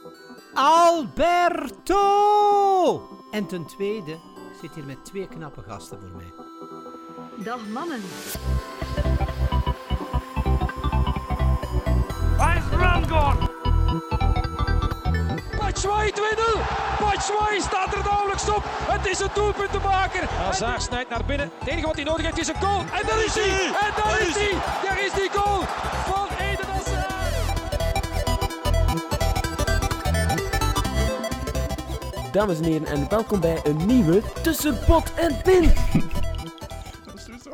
Alberto! En ten tweede, ik zit hier met 2 knappe gasten voor mij. Dag mannen. Waar is Rangor? Batshuayi 2-0. Batshuayi staat er nauwelijks op. Het is een doelpuntenmaker. Hazard snijdt naar binnen. Het enige wat hij nodig heeft is een goal. En daar is hij. En daar is hij. Daar is die goal van Eden Hazard. Dames en heren, en welkom bij een nieuwe Tussen Pot en Pin. Dat is sowieso.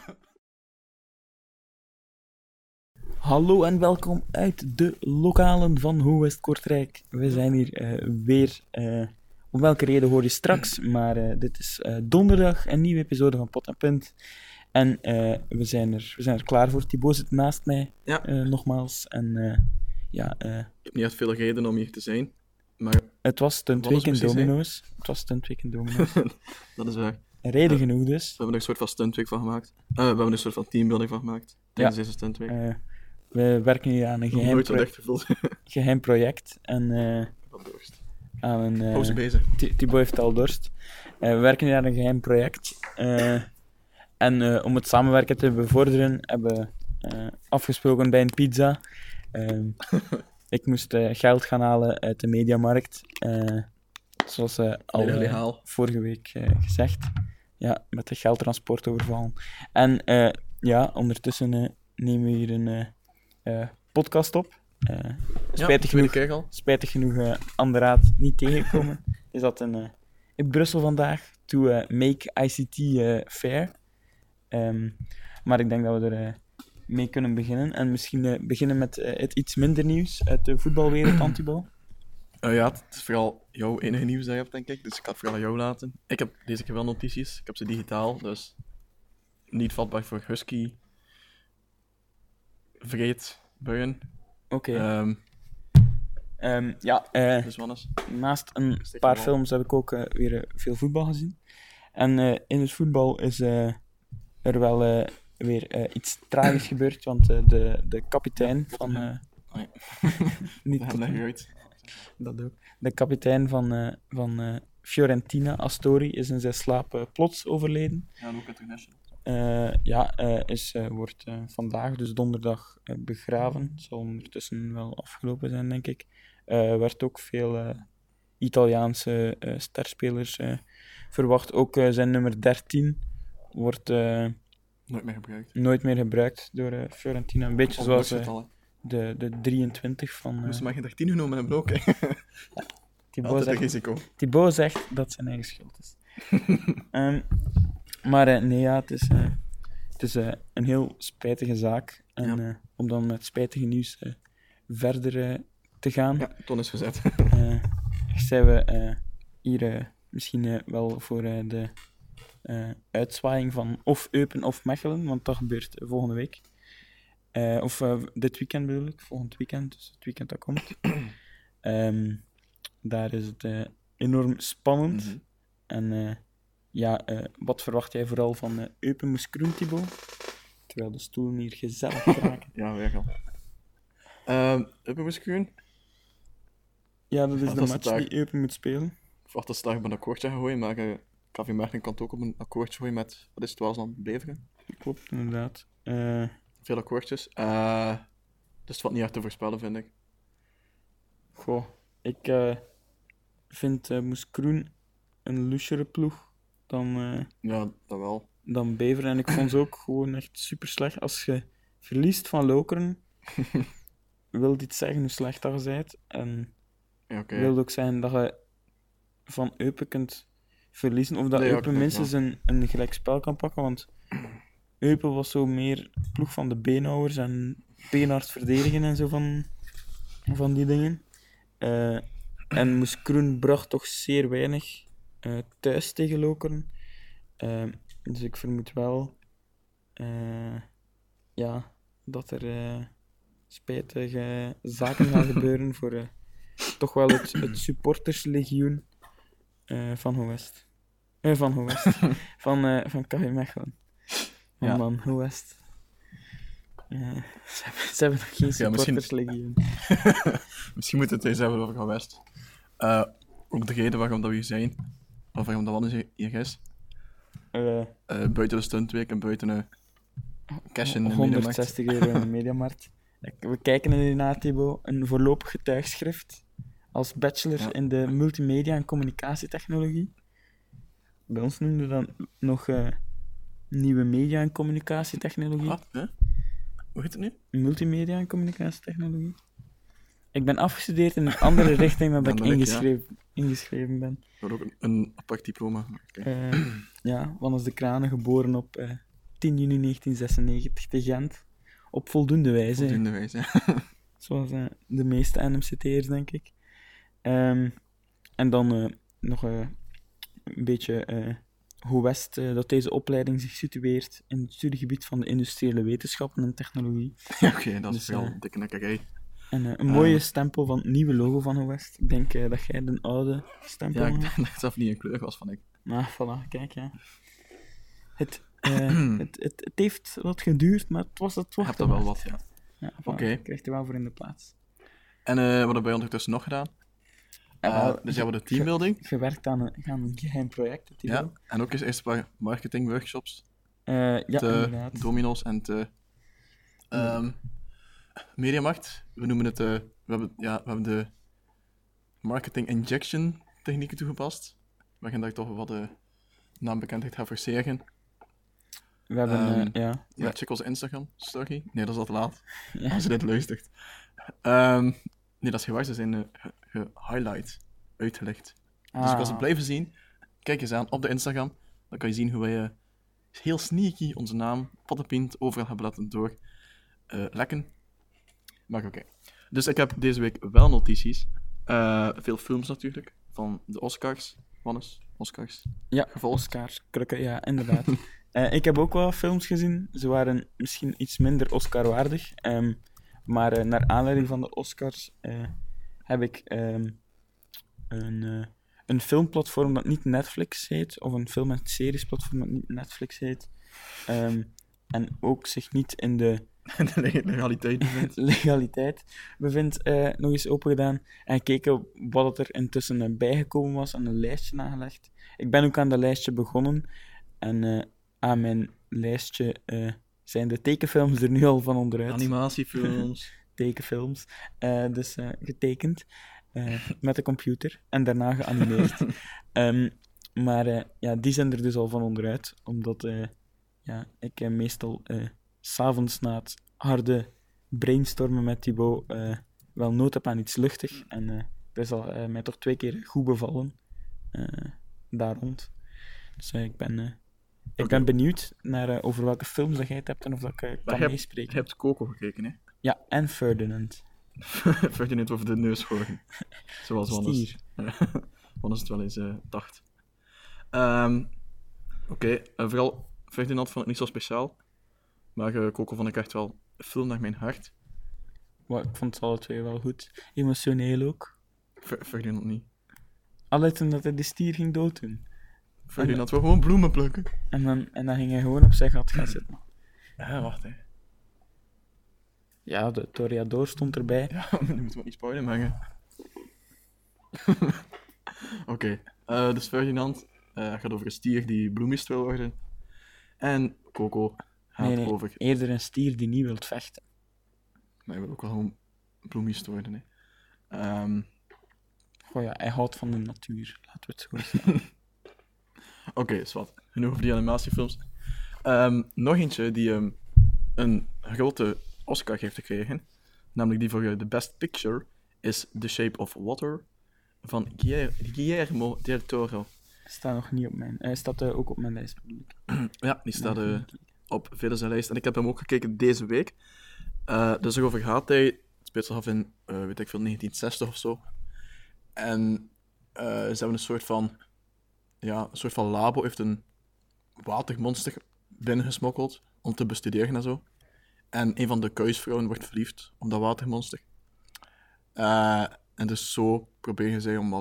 Hallo en welkom uit de lokalen van Hoe West Kortrijk. We zijn hier weer, om welke reden hoor je straks, maar dit is donderdag, een nieuwe episode van Pot en Pint. En we zijn er klaar voor. Thibaut zit naast mij, Ja. nogmaals. En Ik heb niet echt veel reden om hier te zijn, maar het was stuntweek in precies, hè? Domino's. Het was stuntweek in Domino's. dat is waar. Reden genoeg dus. We hebben er een soort van stuntweek van gemaakt. We hebben er een soort van teambuilding van gemaakt tijdens deze stuntweek. We werken hier aan een Nog nooit zo echt gevoeld. geheim project. En Wat dorst. aan een... Pauze bezig. Thibaut heeft al dorst. We werken hier aan een geheim project. En om het samenwerken te bevorderen, hebben we afgesproken bij een pizza. Ik moest geld gaan halen uit de Mediamarkt. Zoals al Volledig legaal. vorige week gezegd. Ja, met de geldtransport overvallen. En ondertussen nemen we hier een podcast op. Spijtig tweede genoeg, keer al. spijtig genoeg aan de raad niet tegengekomen. Je zat in Brussel vandaag to make ICT fair. Maar ik denk dat we er mee kunnen beginnen. En misschien beginnen met het iets minder nieuws uit de voetbalwereld, Antibal. Ja, het is vooral jouw enige nieuws dat je hebt, denk ik. Dus ik ga het vooral aan jou laten. Ik heb deze keer wel notities. Ik heb ze digitaal, dus niet vatbaar voor husky vreedbuien. Oké. Dus Wannes. Naast een Steek paar hem op. films heb ik ook weer veel voetbal gezien. En in het voetbal is er wel weer iets tragisch gebeurd, want de kapitein van... Nee. niet We tot- hebben dat uit. dat ook. De kapitein van Fiorentina, Astori, is in zijn slaap plots overleden. Ja, ook international. Wordt vandaag, dus donderdag, begraven. Het zal ondertussen wel afgelopen zijn, denk ik. Werd ook veel Italiaanse sterspelers verwacht. Ook zijn nummer 13 wordt Nooit meer gebruikt. nooit meer gebruikt door Fiorentina. Een beetje zoals Ongeveer de 23 van... moesten maar geen 13 genomen hebben ook, hè. Thibaut Altijd een zegt, risico. Thibaut zegt dat zijn eigen schuld is. Het is een heel spijtige zaak. En om dan met spijtige nieuws verder te gaan, Ja, ton is gezet. zijn we hier misschien wel voor de uitzwaaiing van of Eupen of Mechelen, want dat gebeurt volgende week. Dit weekend bedoel ik, volgend weekend, dus het weekend dat komt. Daar is het enorm spannend. Mhm. En wat verwacht jij vooral van Eupen Moeskroen, Thibaut? Terwijl de stoelen hier gezellig raken. Ja, weer al. Uppermoeskroen? Ja, dat is Ja, de dat is match daar. die Eupen moet spelen. Ik verwacht dat ze daar op een akkoordje gaan gooien, maar KV Mechelen kan het ook op een akkoordje gooien met, wat is het, Waasland Beveren? Klopt, inderdaad. Veel akkoordjes. Dus het valt niet echt te voorspellen, vind ik. Ik vind Moeskroen een loesere ploeg Ja, dat wel. dan Beveren. En ik vond ze ook gewoon echt super slecht. Als je verliest van Lokeren, wil dit zeggen hoe slecht dat je bent. En Ja, oké. wil ook zeggen dat je van Eupen kunt verliezen. Of dat Nee, ja, Eupen ik denk minstens een gelijkspel kan pakken. Want Eupen was zo meer ploeg van de beenhouwers en beenhard verdedigen en zo van die dingen. En Moeskroen bracht toch zeer weinig thuis tegen Lokeren. Dus ik vermoed wel dat er spijtige zaken gaan gebeuren voor toch wel het supporterslegioen van Hoe West. Van Hoe West. van KV Mechelen. Ja. Man, Hoe West. Ze hebben nog geen Ja, misschien- supporterslegioen. Misschien moeten we het eens hebben over Gaan West. Ook de reden waarom dat we hier zijn. Of waarom dat Wannes hier is. Buiten de stuntweek en buiten de cash in de Mediamarkt. €160 in de Mediamarkt. We kijken inderdaad, Thibaut, een voorlopig getuigschrift als bachelor in de multimedia en communicatietechnologie. Bij ons noemden we dat nog nieuwe media en communicatietechnologie. Wat? Hè? Hoe heet het nu? Multimedia en communicatietechnologie. Ik ben afgestudeerd in een andere richting dan dat ik ingeschreven ben. Dat ook een apart diploma. Okay. Wannes de Kranen, geboren op 10 juni 1996 te Gent. Op voldoende wijze. Voldoende wijze, Zoals de meeste NMCT'ers, denk ik. En dan nog een beetje hoe West dat deze opleiding zich situeert in het studiegebied van de industriële wetenschappen en technologie. Oké, dat is Dus, veel dikke nekkerij. En een mooie stempel van het nieuwe logo van Hoe West. Ik denk dat jij de oude stempel Ja, ik hebt. dacht dat het zelf niet een kleur was van ik. Maar voilà, kijk, ja. Het heeft wat geduurd, maar het was het Je hebt er wel wat, ja. Ja, voilà, Oké. je krijgt er wel voor in de plaats. En wat heb je ondertussen nog gedaan? Dus jij wordt de teambuilding. Gewerkt aan een geheim project. Ja, en ook eens eerst een paar marketingworkshops. Ja, De inderdaad. Domino's en de Mediamarkt. We noemen het... we hebben de marketing injection technieken toegepast. Waarin dat ik toch wat de naambekendheid ga verseren. We hebben, Ja, check onze Instagram story. Nee, dat is al te laat. Ja. Als je dit luistert. Nee, dat is gewaar. Ze zijn gehighlight, uitgelegd. Dus ik was het blijven zien. Kijk eens aan op de Instagram. Dan kan je zien hoe wij heel sneaky onze naam, Pottenpint, overal hebben laten lekken. Maar oké. Dus ik heb deze week wel notities. Veel films natuurlijk. Van de Oscars. Wannes? Oscars. Ja, Gevolgd. Oscars, krukken, ja, inderdaad. Ik heb ook wel films gezien. Ze waren misschien iets minder Oscar-waardig. Maar naar aanleiding van de Oscars heb ik een filmplatform dat niet Netflix heet, of een film- en seriesplatform dat niet Netflix heet, en ook zich niet in de De realiteit bevindt. legaliteit bevindt, nog eens opengedaan en gekeken wat er intussen bijgekomen was en een lijstje nagelegd. Ik ben ook aan dat lijstje begonnen en aan mijn lijstje zijn de tekenfilms er nu al van onderuit. Animatiefilms. Tekenfilms. Dus getekend met de computer en daarna geanimeerd. Maar die zijn er dus al van onderuit, omdat ik meestal 's avonds na het harde brainstormen met Thibaut wel nood heb aan iets luchtig. En dat is al mij toch 2 keer goed bevallen daar rond. Dus ik ben benieuwd naar over welke films dat jij het hebt en of dat ik kan meespreken. Je hebt Coco gekeken, hè? Ja, en Ferdinand. Ferdinand over de neus gooien. Zoals Wannes. Wannes het wel eens dacht. Oké, vooral Ferdinand vond ik niet zo speciaal. Maar Coco vond ik echt wel een film naar mijn hart. Ik vond het alle twee wel goed. Emotioneel ook. Ferdinand niet. Altijd toen dat hij de stier ging dooddoen. Ferdinand wil gewoon bloemen plukken. En dan ging hij gewoon op zijn gat gaan zitten. Ja, wacht hè. Ja, de Toreador stond erbij. Ja, nu moeten we niet spoilen, maar... Oké, dus Ferdinand gaat over een stier die bloemist wil worden. En Coco gaat over... Eerder een stier die niet wil vechten. Maar hij wil ook wel gewoon bloemist worden, hè. Hij houdt van de natuur. Laten we het zo zeggen. Oké, zwart. Genoeg over die animatiefilms. Nog eentje die een grote Oscar heeft gekregen, namelijk die voor de Best Picture, is The Shape of Water van Guillermo del Toro. Staat nog niet op mijn... staat ook op mijn lijst. Ja, die staat op vele zijn lijst. En ik heb hem ook gekeken deze week. Dus erover gaat hij. Het speelt zich af in, weet ik veel, 1960 of zo. En ze hebben een soort van labo, heeft een watermonster binnengesmokkeld om te bestuderen en zo. En een van de kuisvrouwen wordt verliefd op dat watermonster. En dus zo proberen zij om wat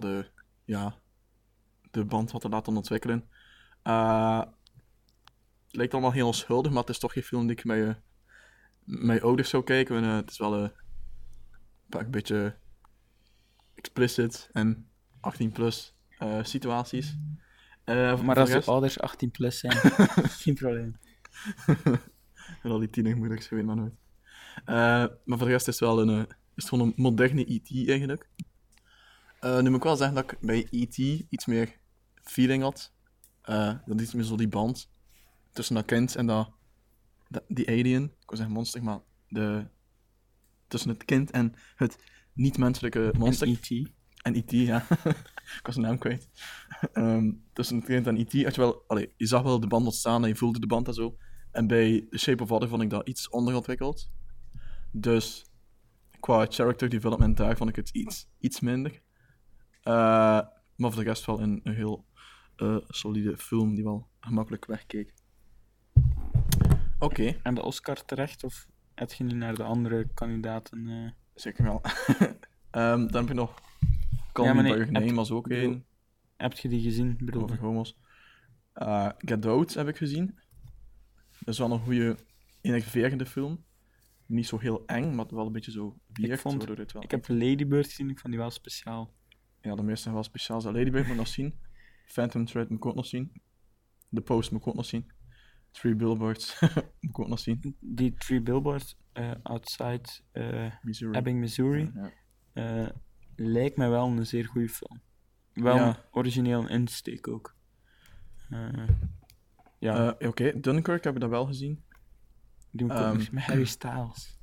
de band wat te laten ontwikkelen. Het lijkt allemaal heel onschuldig, maar het is toch geen film die ik met je met je ouders zou kijken. Het is wel een beetje explicit en 18-plus situaties. Maar als je ouders 18 plus zijn, geen probleem. En al die tienermoeders, je weet maar nooit. Maar voor de rest is het wel is het gewoon een moderne E.T. eigenlijk. Nu moet ik wel zeggen dat ik bij E.T. iets meer feeling had. Dat iets meer zo die band tussen dat kind en die alien. Ik wil zeggen monster, maar tussen het kind en het niet-menselijke monster. En E.T. En E.T., ja. Ik was zijn naam kwijt. Tussen het kind en E.T. had je wel... je zag wel de band ontstaan en je voelde de band en zo. En bij The Shape of Water vond ik dat iets onderontwikkeld. Dus qua character development daar vond ik het iets minder. Maar voor de rest wel een heel solide film die wel gemakkelijk wegkeek. Oké. En de Oscar terecht, of heb je niet naar de andere kandidaten? Zeker wel. Dan heb je nog Call Me By Your Name, was ook één. Heb je die gezien? Over homo's. Get Out heb ik gezien. Dat is wel een goede, enerverende film. Niet zo heel eng, maar wel een beetje zo weird. Ik heb Lady Bird gezien, ik vond die wel speciaal. Ja, de meeste zijn wel speciaal. Lady Bird moet ik nog zien. Phantom Thread moet ik ook nog zien. The Post moet ik ook nog zien. 3 Billboards moet ik ook nog zien. Die 3 Billboards outside Missouri. Ebbing, Missouri, Ja. lijkt mij wel een zeer goede film. Wel Ja. een origineel insteek ook. Ja, Oké, Dunkirk heb ik dat wel gezien. die moet ik ook nog zien, met Harry Styles.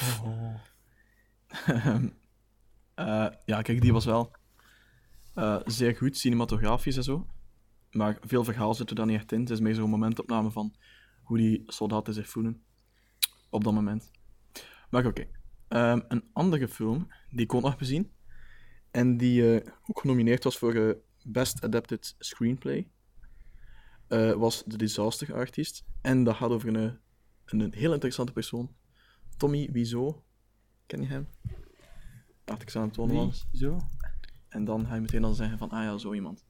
Ja, kijk, die was wel zeer goed, cinematografisch en zo. Maar veel verhaal zit er dan niet echt in. Het is meer zo'n momentopname van hoe die soldaten zich voelen op dat moment. Maar oké. Een andere film die ik ook nog heb gezien en die ook genomineerd was voor Best Adapted Screenplay was The Disaster Artist. En dat gaat over een heel interessante persoon. Tommy Wiseau. Ken je hem? Laat ik ze aan het tonen Wie? was. Zo? En dan ga je meteen al zeggen van, ah ja, zo iemand.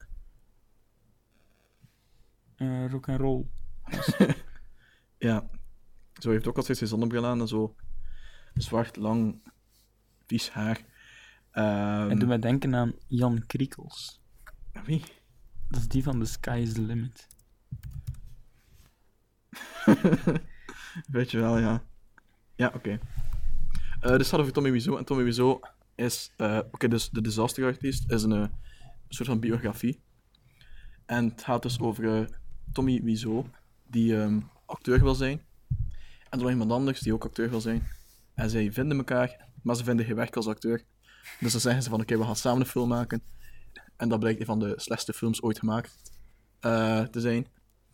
Rock and roll. Ja. Zo heeft ook altijd zijn zonnebril aan en zo zwart, lang, vies haar. En doet mij denken aan Jan Kriekels. Wie? Dat is die van The Sky is the Limit. Weet je wel, ja. Ja, oké. Dus het gaat over Tommy Wiseau. En Tommy Wiseau is... dus The Disaster Artist is een soort van biografie. En het gaat dus over Tommy Wiseau, die acteur wil zijn. En er nog iemand anders die ook acteur wil zijn. En zij vinden elkaar, maar ze vinden geen werk als acteur. Dus dan zeggen ze van, oké, we gaan samen een film maken. En dat blijkt een van de slechtste films ooit gemaakt te zijn.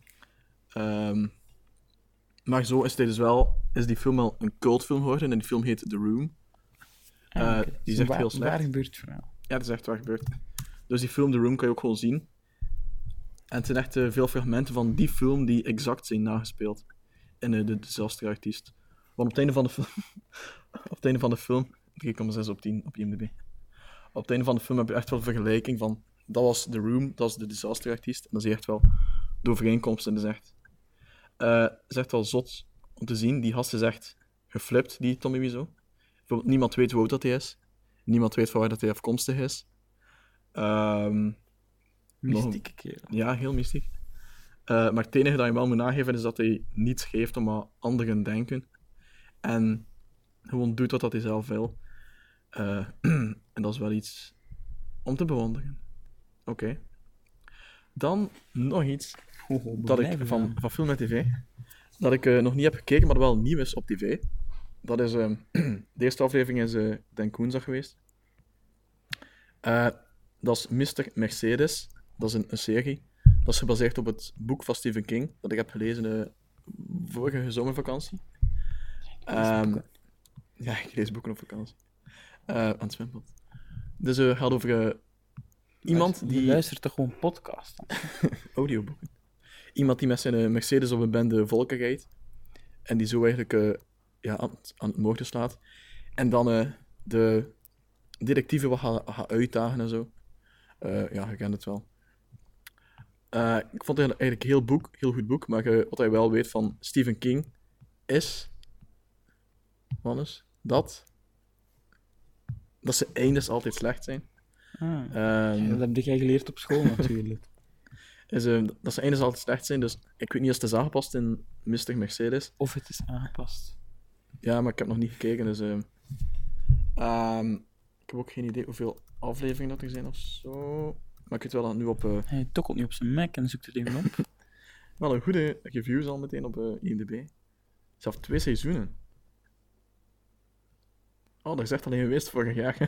Maar zo is die film wel een cultfilm geworden. En die film heet The Room. Die is echt heel slecht. Waar gebeurt het verhaal? Ja, dat is echt waar gebeurd. Dus die film The Room kan je ook gewoon zien. En het zijn echt veel fragmenten van die film die exact zijn nagespeeld in The Disaster Artist. Want op het einde van de film... op het einde van de film... 3,6 op 10 op IMDb. Op het einde van de film heb je echt wel een vergelijking van... Dat was The Room, dat was The Disaster Artist. En dan zie je echt wel de overeenkomsten. Dat is echt... het is echt wel zot om te zien. Die gast is echt geflipt, die Tommy Wiseau. Bijvoorbeeld, niemand weet hoe oud dat hij is. Niemand weet van waar dat hij afkomstig is. Mystieke kerel. Ja, heel mystiek. Maar het enige dat je wel moet nageven is dat hij niets geeft om wat anderen denken. En gewoon doet wat hij zelf wil. En dat is wel iets om te bewonderen. Oké. Dan nog iets dat ik van film en tv, dat ik nog niet heb gekeken, maar wel nieuw is op tv. Dat is... de eerste aflevering is denk woensdag geweest. Dat is Mr. Mercedes. Dat is een serie. Dat is gebaseerd op het boek van Stephen King, dat ik heb gelezen vorige zomervakantie. Ja, ik lees boeken op vakantie. Aan het zwembad. Dus het gaat over iemand die... Je luistert toch gewoon podcast aan? Audioboeken. Iemand die met zijn Mercedes op een bende volken rijdt. En die zo eigenlijk aan het moorden slaat. En dan de detectieven wat gaat uitdagen en zo. Ja, je kent het wel. Ik vond het eigenlijk heel goed boek, maar wat hij wel weet van Stephen King is Wannes, dat ze eindes altijd slecht zijn. Dat heb jij geleerd op school natuurlijk. Dat ze eindes altijd slecht zijn, dus ik weet niet of het is aangepast in Mr. Mercedes. Of het is aangepast. Ja, maar ik heb nog niet gekeken, dus... ik heb ook geen idee hoeveel afleveringen dat er zijn of zo. Maar ik weet wel dat nu op... Hij tokkelt nu op zijn Mac en zoekt het even op. Wel een goede reviews al meteen op IMDb. Zelfs 2 seizoenen. Oh, dat is echt alleen geweest vorig jaar.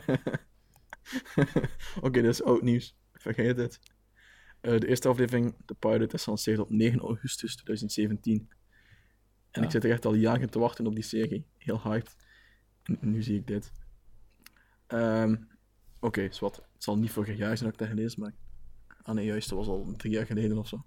Oké, dat is oud nieuws. Vergeet het. De eerste aflevering, de pilot, is gelanceerd op 9 augustus 2017. En ik zit er echt al jaren te wachten op die serie. Heel hyped. En nu zie ik dit. Oké, zwart. Het zal niet vorig jaar zijn dat ik dat gelezen, maar... Ah nee, juist, dat was al 3 jaar geleden of zo.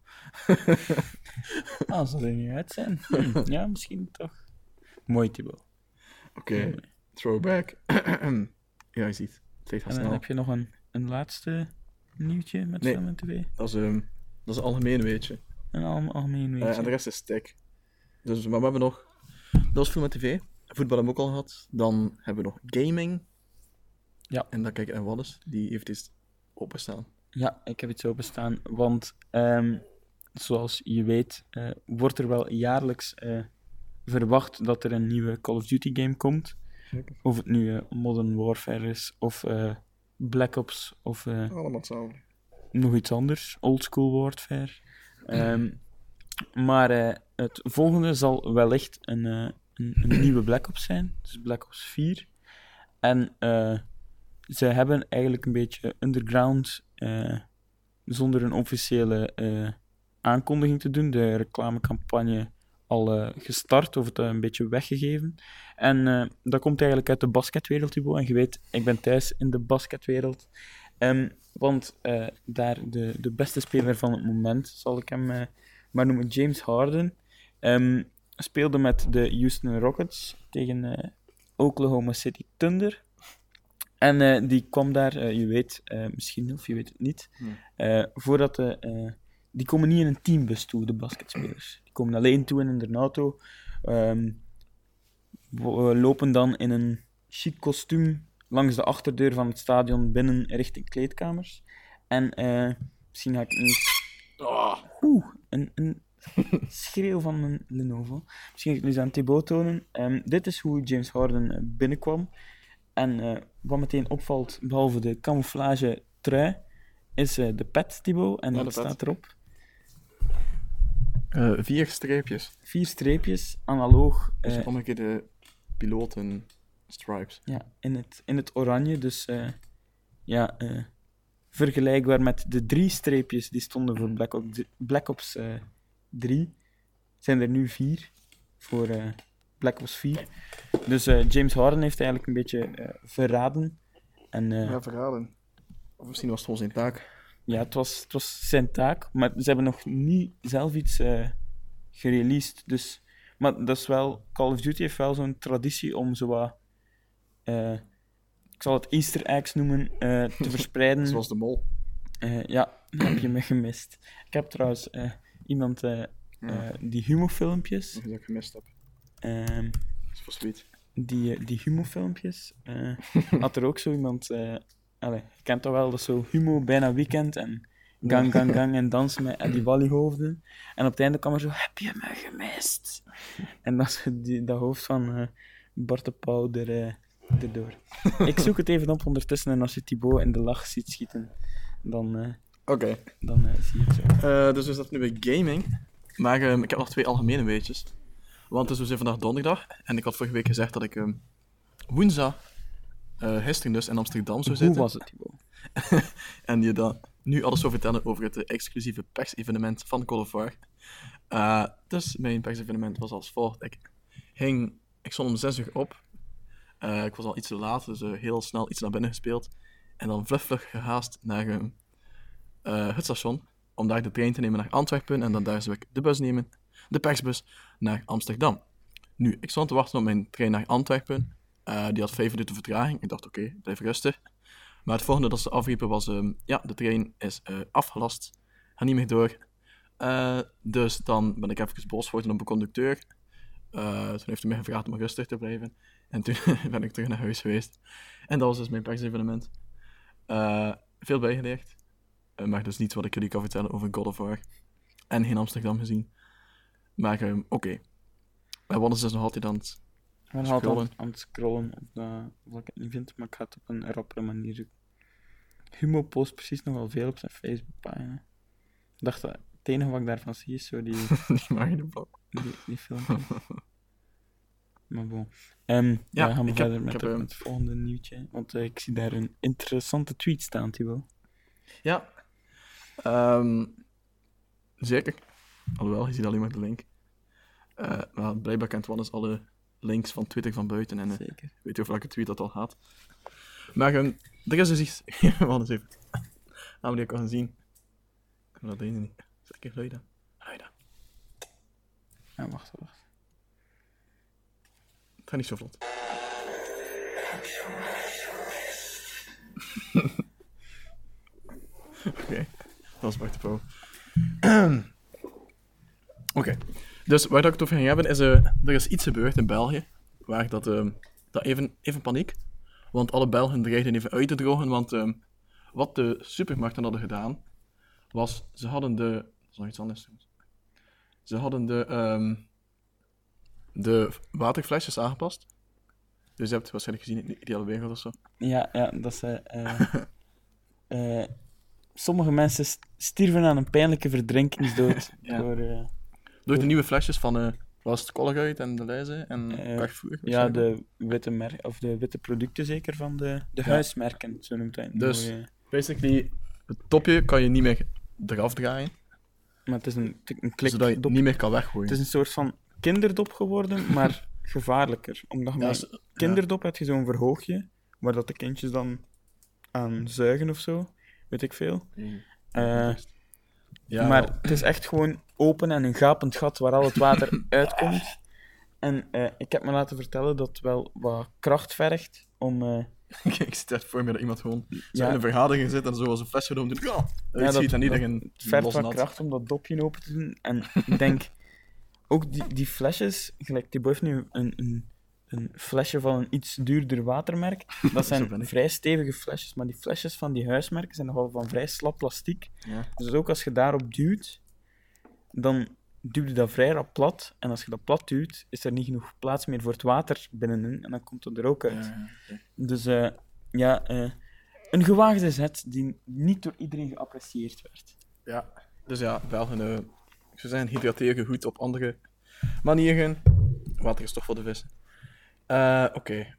Zal er niet uit zijn. Ja, misschien toch. Mooi, Thibaut. Oké, throwback. Ja, je ziet. Het gaat En dan snel. heb je nog een laatste nieuwtje met Nee. film en tv. Dat is een algemeen weetje. Een algemeen weetje. En de rest is tech. Dus, maar we hebben nog... Dat was film en tv. Voetbal hebben we ook al gehad. Dan hebben we nog gaming. Ja. En dan kijk, en Wallace, die heeft iets openstaan. Ja, ik heb iets openstaan, want zoals je weet wordt er wel jaarlijks verwacht dat er een nieuwe Call of Duty game komt. Zeker. Of het nu Modern Warfare is, of Black Ops, of Allemaal hetzelfde. nog iets anders, Old School Warfare. Maar het volgende zal wellicht een nieuwe Black Ops zijn, dus Black Ops 4. En ze hebben eigenlijk een beetje underground, zonder een officiële aankondiging te doen, de reclamecampagne al gestart, of het een beetje weggegeven. En dat komt eigenlijk uit de basketwereld, Thibaut. En je weet, ik ben thuis in de basketwereld. Want daar de beste speler van het moment, zal ik hem maar noemen, James Harden, speelde met de Houston Rockets tegen Oklahoma City Thunder. En die kwam daar, je weet misschien, of je weet het niet, voordat die komen niet in een teambus toe, de basketspelers. Die komen alleen toe in een auto, lopen dan in een chic kostuum langs de achterdeur van het stadion binnen richting kleedkamers. En misschien ga ik nu... een schreeuw van een Lenovo. Misschien ga ik het nu aan Thibaut tonen. Dit is hoe James Harden binnenkwam. En wat meteen opvalt, behalve de camouflage trui, is de pet, Thibaut. En Ja, wat de pet. staat erop? 4 streepjes. 4 streepjes, analoog. Dus omgekeerde piloten stripes. Ja, in het oranje. Dus vergelijkbaar met de 3 streepjes die stonden voor Black Ops 3, zijn er nu 4 voor Black Ops 4. Dus James Harden heeft eigenlijk een beetje verraden. En, Ja, verraden. Of misschien was het gewoon zijn taak. ja, het was zijn taak, maar ze hebben nog niet zelf iets gereleased. Dus, maar dat is wel... Call of Duty heeft wel zo'n traditie om zo wat... ik zal het Easter eggs noemen, te verspreiden. Zoals de mol. Ja, dan heb je me gemist. Ik heb trouwens iemand die humorfilmpjes... Dat ik gemist heb. ehm, Dat is voor sweet. die humorfilmpjes had er ook zo iemand... je kent dat wel, dat is zo Humo bijna weekend en gang en dansen met die wallyhoofden. En op het einde kwam er zo, heb je me gemist? En dat is dat hoofd van Bart de Pauw erdoor. Ik zoek het even op ondertussen en als je Thibaut in de lach ziet schieten, dan Oké. zie je het zo. Dus we zitten nu bij gaming. Maar ik heb nog 2 algemene weetjes. Want dus we zijn vandaag donderdag. En ik had vorige week gezegd dat ik woensdag gisteren dus in Amsterdam zou Hoe zitten. was het, Thibaut? En je dan nu alles zou vertellen over het exclusieve persevenement van Call of War. Dus mijn persevenement was als volgt. Ik stond om 6 uur op. Ik was al iets te laat, dus heel snel iets naar binnen gespeeld. En dan vlug gehaast naar het station, om daar de trein te nemen naar Antwerpen. En dan daar zou ik de bus nemen, de persbus, naar Amsterdam. Nu, ik stond te wachten op mijn trein naar Antwerpen. Die had 5 minuten vertraging. Ik dacht, oké, blijf rustig. Maar het volgende dat ze afriepen was, de trein is afgelast. Ga niet meer door. Dus dan ben ik even boos geworden op de conducteur. Toen heeft hij mij gevraagd om rustig te blijven. En toen ben ik terug naar huis geweest. En dat was dus mijn persevenement. Veel bijgeleerd. Maar dus niet wat ik jullie kan vertellen over God of War. En geen Amsterdam gezien. Maar oké. Wat is dus nog altijd aan het scrollen? Aan het scrollen, of ik het niet vind, maar ik ga het op een rappere manier doen. Humo post precies nog wel veel op zijn Facebookpagina. Ik dacht dat het enige wat ik daarvan zie is zo die filmpje. Maar bon. Ja, gaan we verder met het volgende nieuwtje. Want ik zie daar een interessante tweet staan, Thibaut. Ja. Zeker. Alhoewel, je ziet alleen maar de link. Maar blijkbaar kent Wannes alle links van Twitter van buiten. En Zeker. weet je over welke tweet dat al gaat. Maar er is dus iets... Wannes even... Nou, die ik kan zien. Dat deed je niet. Zet ik even luiden. Ja, wacht. Het gaat niet zo vlot. Oké, dat was Bart de Pauw. Oké, dus waar ik het over ging hebben is... er is iets gebeurd in België. Waar dat even paniek. Want alle Belgen dreigden even uit te drogen. Want wat de supermarkten hadden gedaan... was... Ze hadden de... Dat is nog iets anders. Ze hadden de waterflesjes aangepast. Dus je hebt waarschijnlijk gezien in de Ideale Wereld of zo. Ja, dat ze... sommige mensen stierven aan een pijnlijke verdrinkingsdood. Ja. Door de nieuwe flesjes van... was het Colgate en de Leize en Carrefour? Ja, de witte producten zeker van de huismerken, zo noemt hij het. Dus, basically, het topje kan je niet meer eraf draaien. Maar het is een klik. Zodat je het niet meer kan weggooien. Het is een soort van kinderdop geworden, maar gevaarlijker. Omdat je met kinderdop heb je zo'n verhoogje, waar dat de kindjes dan aan zuigen of zo. Weet ik veel. Maar het is echt gewoon open en een gapend gat waar al het water uitkomt. En ik heb me laten vertellen dat het wel wat kracht vergt om... Ik zit echt voor me dat iemand gewoon in een vergadering zit en zo als een flesje erom doet. Het vergt wat kracht om dat dopje open te doen. En ik denk, ook die flesjes, gelijk die heeft nu een flesje van een iets duurder watermerk. Dat zijn vrij stevige flesjes, maar die flesjes van die huismerken zijn nogal van vrij slap plastiek. Ja. Dus ook als je daarop duwt, dan duw je dat vrij rap plat. En als je dat plat duwt, is er niet genoeg plaats meer voor het water binnenin. En dan komt het er ook uit. Ja, okay. Dus een gewaagde zet die niet door iedereen geapprecieerd werd. Ja, dus Belgen, ik zou zeggen, hydrateren goed op andere manieren. Water is toch voor de vissen. Oké.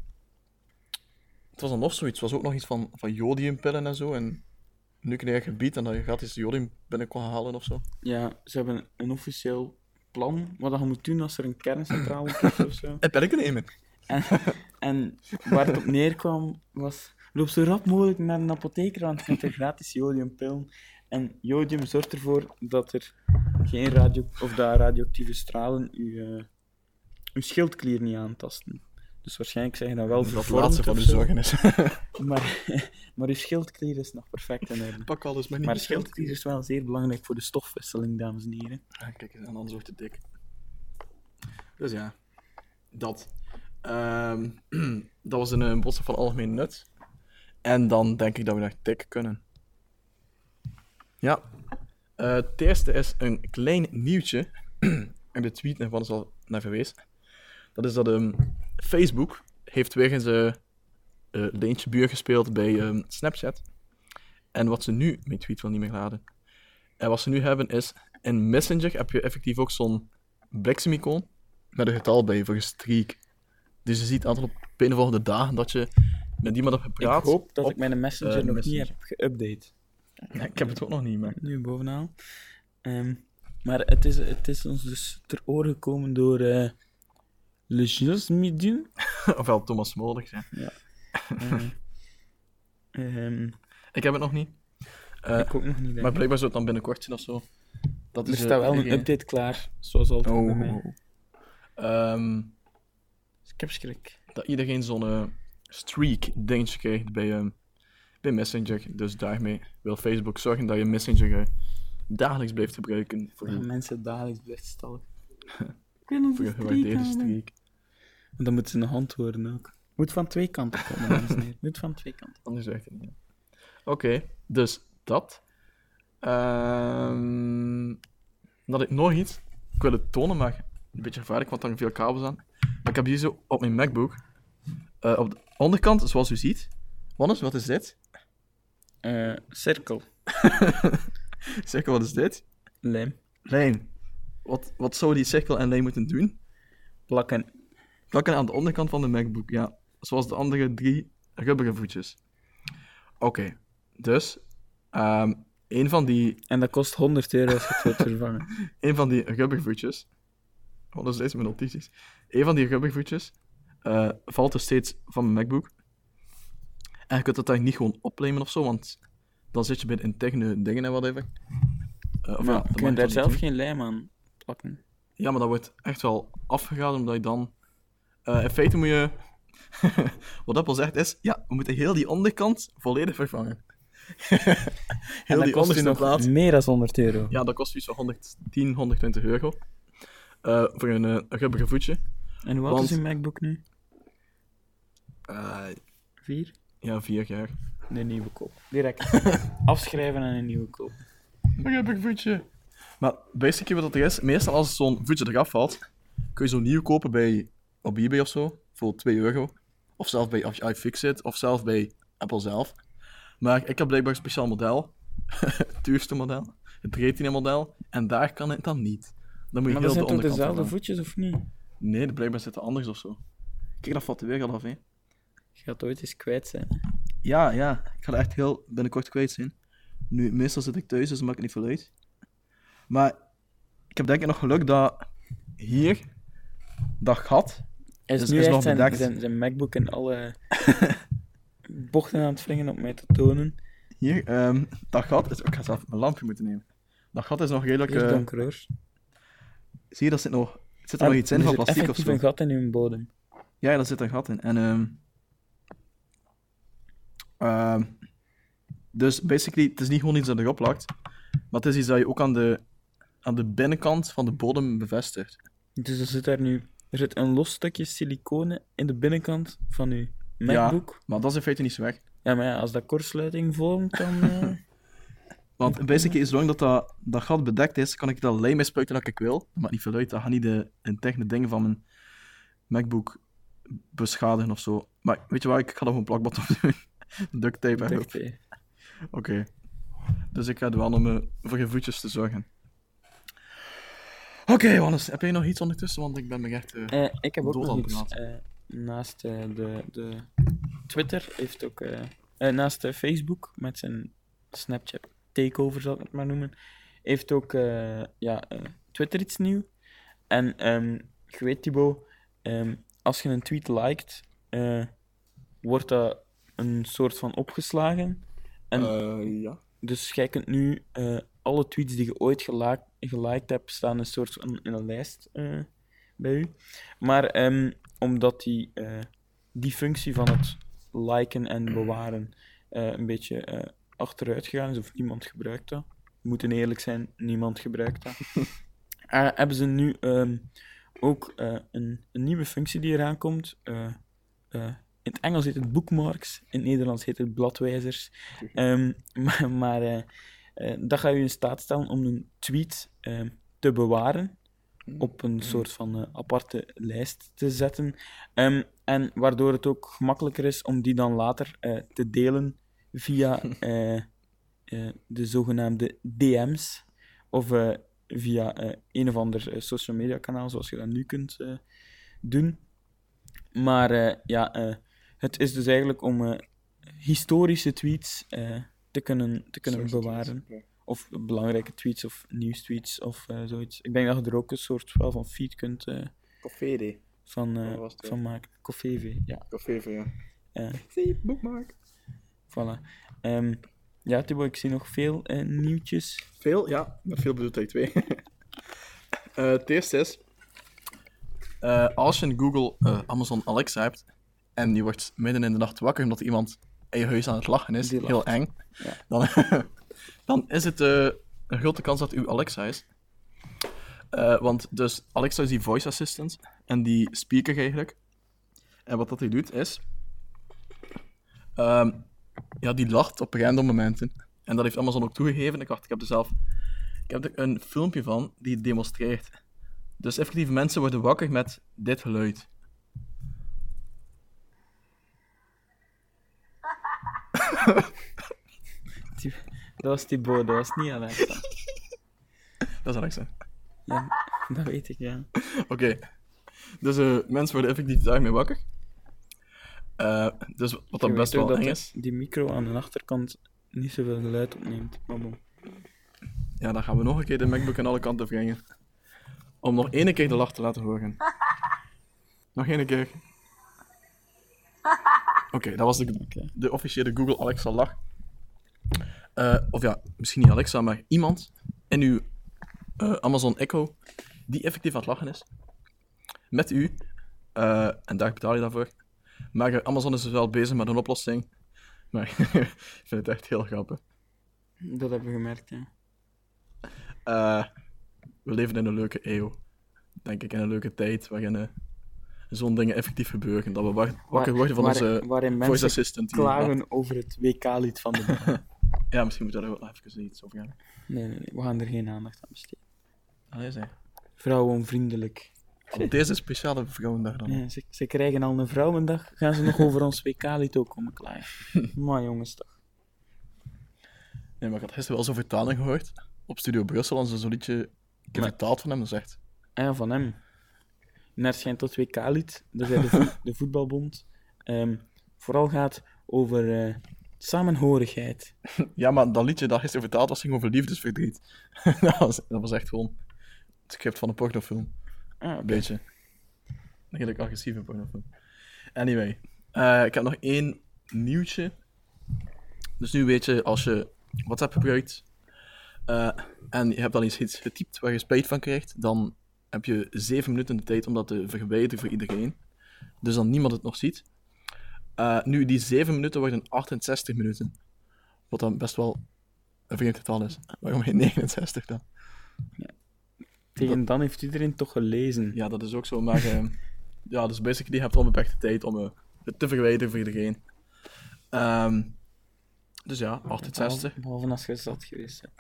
Het was dan nog zoiets. Het was ook nog iets van jodiumpillen en zo. En nucleair gebied en dat je gratis jodium binnen kon halen of zo. Ja, ze hebben een officieel plan wat je moet doen als er een kerncentrale is of zo. En pillen nemen. En waar het op neerkwam was... Loop zo rap mogelijk naar een apotheker, want je krijgt er gratis jodiumpillen. En jodium zorgt ervoor dat er geen radioactieve stralen uw schildklier niet aantasten. Dus waarschijnlijk zeg je dan wel vervormd. Dat laatste van uw zorgen is. Maar uw schildklier is nog perfect in orde. Pak alles maar niet. Maar schildklier is wel zeer belangrijk voor de stofwisseling, dames en heren. Kijk eens, en anders wordt het dik. Dus ja, dat. Dat was een boodschap van algemeen nut. En dan denk ik dat we naar dik kunnen. Ja. Het eerste is een klein nieuwtje. En de tweet ervan is al naar verwees. Dat is dat Facebook heeft weer eens leentje buur gespeeld bij Snapchat. En wat ze nu... Mijn tweet wil niet meer laden. En wat ze nu hebben is... In Messenger heb je effectief ook zo'n bliksemicoon met een getal bij voor een streak. Dus je ziet aantal op de volgende dagen dat je met iemand hebt gepraat. Ik hoop dat ik mijn Messenger nog niet heb geüpdate. Ja, ik heb het ook nog niet, maar... Nu bovenaan. Maar het is ons dus ter oor gekomen door... Le Gilles Midin. Ofwel Thomas Smolders, ja. Ik heb het nog niet. Ik ook nog niet. Maar blijkbaar zou het dan binnenkort zijn of zo. Dat er staat wel een update klaar, zoals altijd bij mij. Ik heb schrik. Dat iedereen zo'n streak-dingetje krijgt bij Messenger. Dus daarmee wil Facebook zorgen dat je Messenger dagelijks blijft gebruiken. Voor mensen dagelijks blijft stalken. Voor een gewaardeerde streak. Dan moet ze een hand worden ook. Moet van twee kanten komen, dames en heren. Moet van twee kanten. Anders werkt het niet. Oké, dus dat. Dan had ik nog iets. Ik wil het tonen, maar een beetje gevaarlijk, want er hangen veel kabels aan. Maar ik heb hier zo op mijn MacBook. Op de onderkant, zoals u ziet. Wannes, wat is dit? Cirkel. Cirkel, wat is dit? Lijm. Lijm. Wat zou die cirkel en lijm moeten doen? Plakken. Plakken aan de onderkant van de MacBook, ja. Zoals de andere 3 rubberen voetjes. Oké, dus een van die... En dat kost €100 als je het wilt vervangen. Een van die rubbervoetjes... Wat is deze met notities? Een van die rubbervoetjes valt dus steeds van mijn MacBook. En je kunt dat eigenlijk niet gewoon oplijmen of zo, want dan zit je bij de interne dingen en whatever. Maar kun je daar zelf geen lijm aan plakken? Ja, maar dat wordt echt wel afgeraden, omdat je dan... in feite moet je... Wat Apple zegt is, ja, we moeten heel die onderkant volledig vervangen. Heel die onderste plaat. Meer dan €100. Ja, dat kost iets van €110, €120. Voor een rubberen voetje. En hoe oud is uw MacBook nu? 4? Ja, 4 jaar. Een nieuwe koop. Direct afschrijven en een nieuwe koop. Een rubberen voetje. Maar basically wat dat er is, meestal als zo'n voetje eraf valt, kun je zo'n nieuw kopen op eBay of zo, voor €2. Of zelf bij iFixit, of zelf bij Apple zelf. Maar ik heb blijkbaar een speciaal model. Het duurste model. Het Retina-model. En daar kan het dan niet. Dan moet je maar heel dat zijn de toch dezelfde van voetjes, of niet? Nee, blijkbaar zit het anders of zo. Kijk, dat valt de weer al af, hè. Je gaat ooit eens kwijt zijn. Ja. Ik ga er echt heel binnenkort kwijt zijn. Nu, meestal zit ik thuis, dus dat maakt niet veel uit. Maar ik heb denk ik nog geluk dat hier dat gat... Hij is Dus nu is echt nog bedekt. zijn MacBook en alle bochten aan het wringen om mij te tonen. Hier, dat gat is... Ik ga zelf mijn lampje moeten nemen. Dat gat is nog redelijk... Hier donker, hoor. Zie je, dat zit er nog iets in van Er zit plastic of effectief zo. een gat in uw bodem. Ja, daar zit een gat in. En dus basically, het is niet gewoon iets dat erop plakt, maar het is iets dat je ook aan de binnenkant van de bodem bevestigt. Dus er zit een los stukje siliconen in de binnenkant van uw MacBook. Ja, maar dat is in feite niet zo weg. Ja, maar ja, als dat kortsluiting vormt, dan... Want basically, zolang dat gat bedekt is, kan ik dat lijm mee spuiten dat ik wil. Dat maakt niet veel uit, dat gaat niet de interne dingen van mijn MacBook beschadigen of zo. Maar weet je wat, ik ga er gewoon plakband op doen. Duct tape erop. Duct tape. Oké. Dus ik ga er wel om voor je voetjes te zorgen. Oké, Johannes, heb jij nog iets ondertussen? Want ik ben me echt... ik heb ook dood nog aan iets. het praten. Naast de Twitter heeft ook... naast Facebook, met zijn Snapchat takeover, zal ik het maar noemen, heeft ook Twitter iets nieuw. En je weet, Thibaut, als je een tweet liked, wordt dat een soort van opgeslagen. En ja. dus jij kunt nu alle tweets die je ooit geliked hebt, staan een soort van in een lijst bij u. Maar omdat die functie van het liken en bewaren een beetje achteruit gegaan is, of niemand gebruikt dat. We moeten eerlijk zijn, niemand gebruikt dat. Hebben ze nu ook een nieuwe functie die eraan komt. In het Engels heet het bookmarks, in het Nederlands heet het bladwijzers. Maar dat gaat u in staat stellen om een tweet te bewaren, op een soort van aparte lijst te zetten. En waardoor het ook gemakkelijker is om die dan later te delen via de zogenaamde DM's of via een of ander social media kanaal, zoals je dat nu kunt doen. Maar het is dus eigenlijk om historische tweets te kunnen bewaren. Of belangrijke tweets of nieuwstweets of zoiets. Ik denk dat je er ook een soort wel van feed kunt Coffee van maken. Coffee, ja. Coffee, ja. Zie, bookmark. Voilà. Ja, Thibaut, ik zie nog veel nieuwtjes. Veel? Ja, met veel bedoeld ik 2. Het eerste is, als je in Google Amazon Alexa hebt, en je wordt midden in de nacht wakker omdat iemand in je huis aan het lachen is, heel eng, ja. Dan is het een grote kans dat uw Alexa is. Want dus Alexa is die voice assistant, en die speaker eigenlijk, En wat dat hij doet, is... die lacht op random momenten. En dat heeft Amazon ook toegegeven. Ik heb er een filmpje van die het demonstreert. Dus effectief, mensen worden wakker met dit geluid. Dat was Thibaut, dat was niet Alexa. Dat is Alexa. Ja, dat weet ik, ja. Oké. Dus mensen worden effectief daarmee wakker. Dus wat dan Je best weet ook wel dat eng is. die micro aan de achterkant niet zoveel geluid opneemt. Maar bon. Ja, dan gaan we nog een keer de MacBook aan alle kanten wringen. Om nog één keer de lach te laten horen. Nog één keer. Oké, dat was de officiële Google Alexa lach. Of ja, misschien niet Alexa, maar iemand in uw Amazon Echo die effectief aan het lachen is. Met u. En daar betaal je daarvoor. Maar Amazon is dus wel bezig met een oplossing. Maar ik vind het echt heel grappig. Dat hebben we gemerkt, ja. We leven in een leuke eeuw. Denk ik, in een leuke tijd waarin zo'n dingen effectief gebeuren. Dat we wakker worden van onze waarin voice mensen assistant. die klagen over het WK-lied van de dag. Ja, misschien moeten we daar wel even iets over gaan. Nee, we gaan er geen aandacht aan besteden. Allee, zeg. Vrouwenvriendelijk. Op deze speciale vrouwendag dan. Ja, ze krijgen al een vrouwendag, gaan ze nog over ons WK-lied ook komen klagen. Maar jongens toch. Nee, maar ik had gisteren wel zo'n vertaling gehoord. Op Studio Brussel en zo'n liedje. Ik heb vertaald van hem, dat is echt. Ja, van hem. Naar schijnt dat WK-lied, dat zei de voetbalbond, vooral gaat over samenhorigheid. Ja, maar dat liedje dat gisteren vertaald was, ging over liefdesverdriet. dat was echt gewoon het script van een pornofilm. Ah, Een beetje. Eigenlijk agressieve pornofilm. Anyway. Ik heb nog één nieuwtje. Dus nu weet je, als je WhatsApp gebruikt en je hebt dan iets getypt waar je spijt van krijgt, dan heb je 7 minuten de tijd om dat te verwijderen voor iedereen. Dus dan niemand het nog ziet. Nu, die 7 minuten worden 68 minuten. Wat dan best wel een vreemd getal is. Waarom geen 69 dan? Tegen dan heeft iedereen toch gelezen. Ja, dat is ook zo, maar ja, dus basically je hebt onbeperkte tijd om het te verwijderen voor iedereen. Dus ja, 68. Behalve als je zat geweest bent.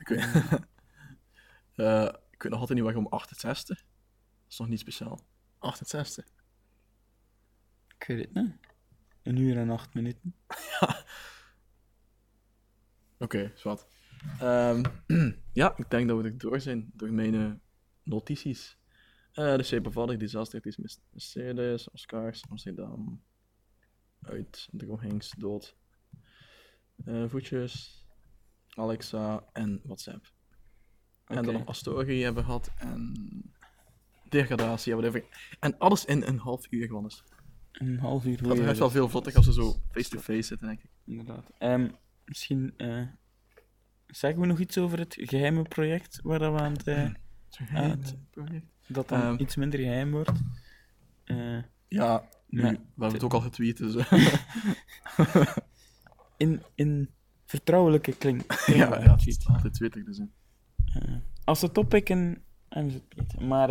Ik weet nog altijd niet waarom 68. Dat is nog niet speciaal. 68. Ik weet het niet. 1 uur en 8 minuten. Oké, zwart. Ja, ik denk dat we er door zijn, door mijn notities. De Shape of Water, Disaster, het is Mercedes, Oscars, Amsterdam, uit, Drohings, dood. Voetjes, Alexa en WhatsApp. En dan nog Astoria hebben we gehad en degradatie hebben we even. En alles in een half uur gewoon eens. Een half uur. Dat is wel veel vlottig als we zo face-to-face zitten, denk ik. Inderdaad. Misschien zeggen we nog iets over het geheime project waar we aan het dat dan iets minder geheim wordt. Ja, nu, we hebben het ook al getweet, dus... in vertrouwelijke kling. ja, het is altijd twittig, dus... Als ze toppikken, hebben ze het beter. Maar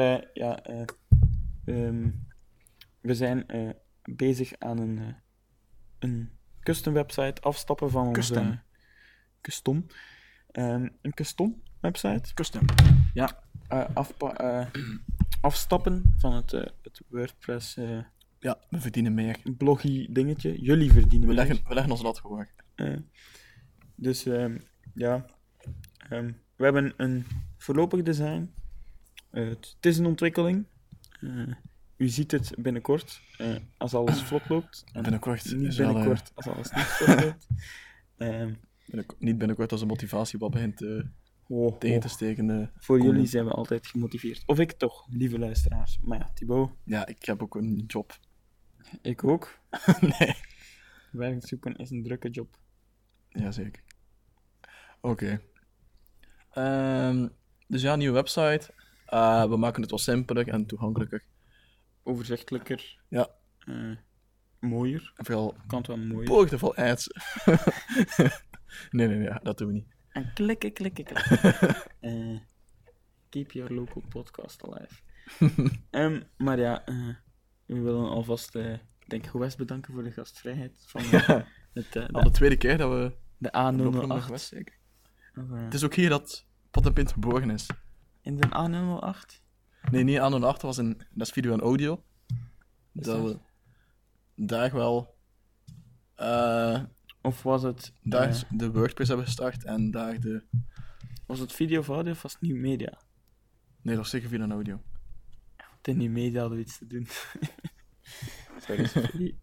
we zijn bezig aan een custom website, afstappen van onze... Custom. Een custom website. Custom. Ja. Afstappen van het WordPress... ja, we verdienen meer. Bloggy dingetje. Jullie verdienen we meer. We leggen ons lat gewoon. Dus ja... we hebben een voorlopig design. Het is een ontwikkeling. U ziet het binnenkort, als alles vlot loopt. En binnenkort. Niet binnenkort, als alles niet vlot loopt. Niet binnenkort als de motivatie wat begint tegen te steken. Voor jullie zijn we altijd gemotiveerd. Of ik toch, lieve luisteraars. Maar ja, Thibaut. Ja, ik heb ook een job. Ik ook. Nee. Werk zoeken is een drukke job. Jazeker. Oké. Dus ja, nieuwe website. We maken het wat simpeler en toegankelijker. Overzichtelijker. Ja. Mooier. En vooral... Kan het wel mooier. Boordevol ads. nee, dat doen we niet. En klikken. Keep your local podcast alive. Maar ja, we willen alvast Ik denk gewest bedanken voor de gastvrijheid van Al de tweede keer dat we de Gewest A008. zeker. Of, Het is ook hier dat Pot en Pint geboren is. in de A008? Nee, niet aan 08, dat is video en audio. Is Dat dat? we daar wel... Of was het... daar de WordPress hebben gestart en daar de... was het video of audio of was het Nieuw Media? Nee, dat was zeker video en audio. Want in Nieuw Media hadden we iets te doen. Sorry, Sophie.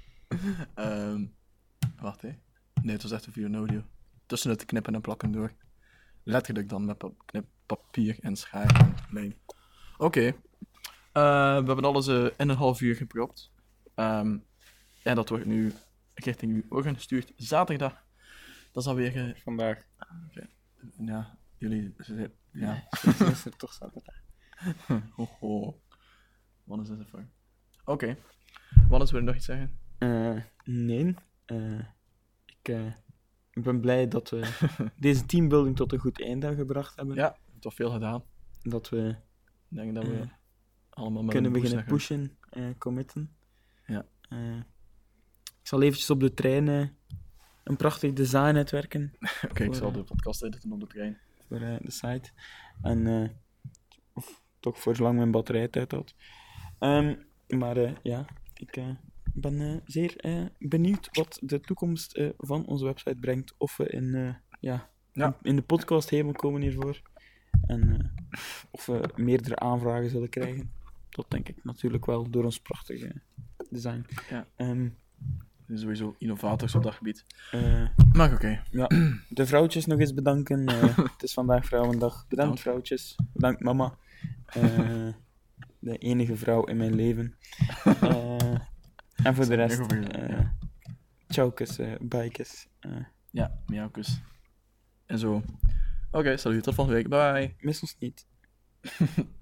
Wacht, hè. Nee, het was echt een video en audio. Tussen het knippen en plakken door. Letterlijk dan met papier en schaar en lijm. Oké. We hebben alles in een half uur gepropt. En dat wordt nu richting uw ogen gestuurd. Zaterdag. Dat is alweer... Vandaag. ja, jullie... Ja. Nee, is er toch zaterdag. Hoho. Wat is dit ervoor? Oké. Wannes, wil je nog iets zeggen? Nee. Ik ben blij dat we deze teambuilding tot een goed einde gebracht hebben. Ja, het was veel gedaan. Dat we Ik denk dat we allemaal met kunnen een boost beginnen zeggen. pushen, committen. Ja. Ik zal eventjes op de trein een prachtig design uitwerken Oké, ik zal de podcast editen op de trein. voor de site. En of toch voor zolang mijn batterij het uithoudt. Maar ja, ik ben zeer benieuwd wat de toekomst van onze website brengt. Of we in de podcast hemel komen hiervoor. En of we meerdere aanvragen zullen krijgen. Dat denk ik natuurlijk wel door ons prachtige design. Ja. Ehm, Sowieso innovators op dat gebied. eh, Maar oké. ja, de vrouwtjes nog eens bedanken. Het is vandaag Vrouwendag. Bedankt Dank. vrouwtjes. Bedankt mama. De enige vrouw in mijn leven. En voor de rest, tjaukes, bijkes. Ja, miauwkus. En zo. Oké, salut, tot volgende week. Bye. Mis ons niet.